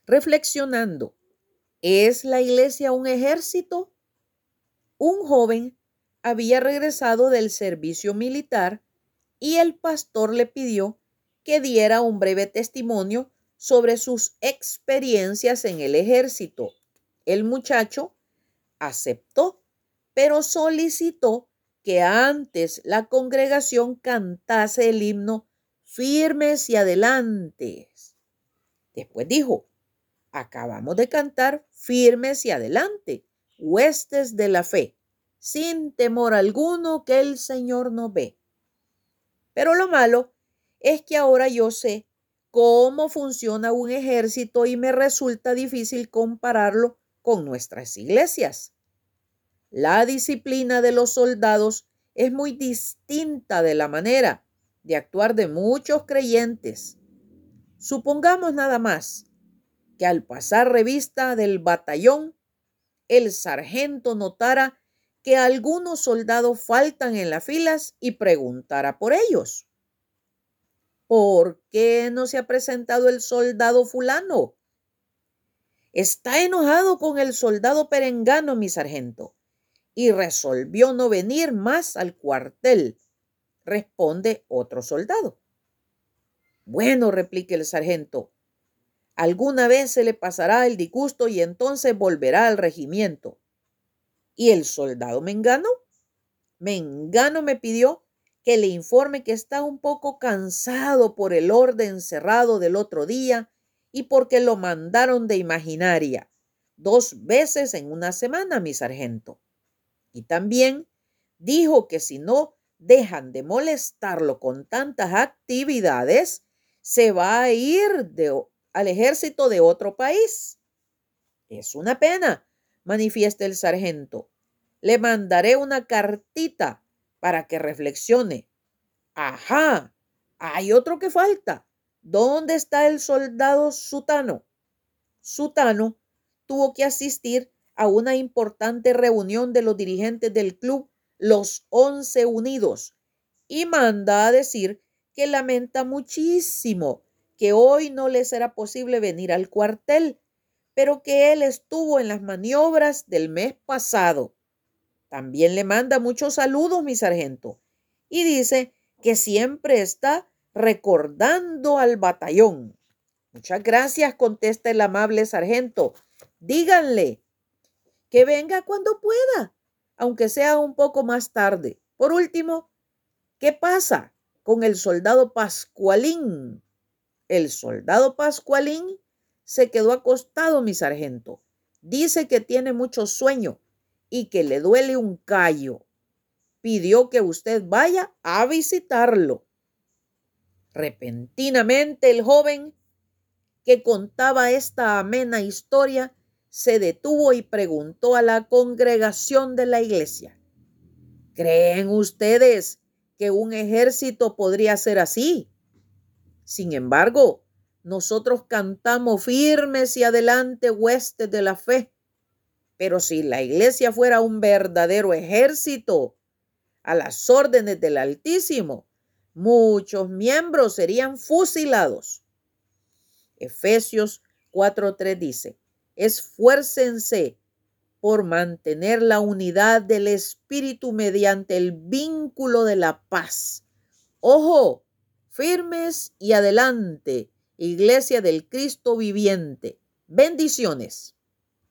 Reflexionando, ¿es la iglesia un ejército? Un joven había regresado del servicio militar y el pastor le pidió que diera un breve testimonio sobre sus experiencias en el ejército. El muchacho aceptó, pero solicitó que antes la congregación cantase el himno Firmes y Adelantes. Después dijo, acabamos de cantar Firmes y Adelante, huestes de la fe, sin temor alguno que el Señor nos ve. Pero lo malo es que ahora yo sé cómo funciona un ejército y me resulta difícil compararlo con nuestras iglesias. La disciplina de los soldados es muy distinta de la manera de actuar de muchos creyentes. Supongamos nada más que al pasar revista del batallón, el sargento notara que algunos soldados faltan en las filas y preguntara por ellos. ¿Por qué no se ha presentado el soldado fulano? Está enojado con el soldado perengano, mi sargento, y resolvió no venir más al cuartel, responde otro soldado. Bueno, replica el sargento, alguna vez se le pasará el disgusto y entonces volverá al regimiento. ¿Y el soldado mengano? Mengano me pidió que le informe que está un poco cansado por el orden cerrado del otro día y porque lo mandaron de imaginaria 2 veces en una semana, mi sargento. Y también dijo que si no dejan de molestarlo con tantas actividades, se va a ir al ejército de otro país. Es una pena, manifiesta el sargento. Le mandaré una cartita para que reflexione. Ajá, hay otro que falta. ¿Dónde está el soldado Sutano? Sutano tuvo que asistir a una importante reunión de los dirigentes del club Los 11 Unidos y manda a decir que lamenta muchísimo que hoy no le será posible venir al cuartel, pero que él estuvo en las maniobras del mes pasado. También le manda muchos saludos, mi sargento, y dice que siempre está recordando al batallón. Muchas gracias, contesta el amable sargento. Díganle que venga cuando pueda, aunque sea un poco más tarde. Por último, ¿qué pasa con el soldado Pascualín? El soldado Pascualín se quedó acostado, mi sargento. Dice que tiene mucho sueño y que le duele un callo. Pidió que usted vaya a visitarlo. Repentinamente el joven que contaba esta amena historia se detuvo y preguntó a la congregación de la iglesia: ¿creen ustedes que un ejército podría ser así? Sin embargo, nosotros cantamos firmes y adelante, huestes de la fe. Pero si la iglesia fuera un verdadero ejército, a las órdenes del Altísimo, muchos miembros serían fusilados. Efesios 4:3 dice: esfuércense por mantener la unidad del espíritu mediante el vínculo de la paz. Ojo, firmes y adelante, Iglesia del Cristo viviente. Bendiciones.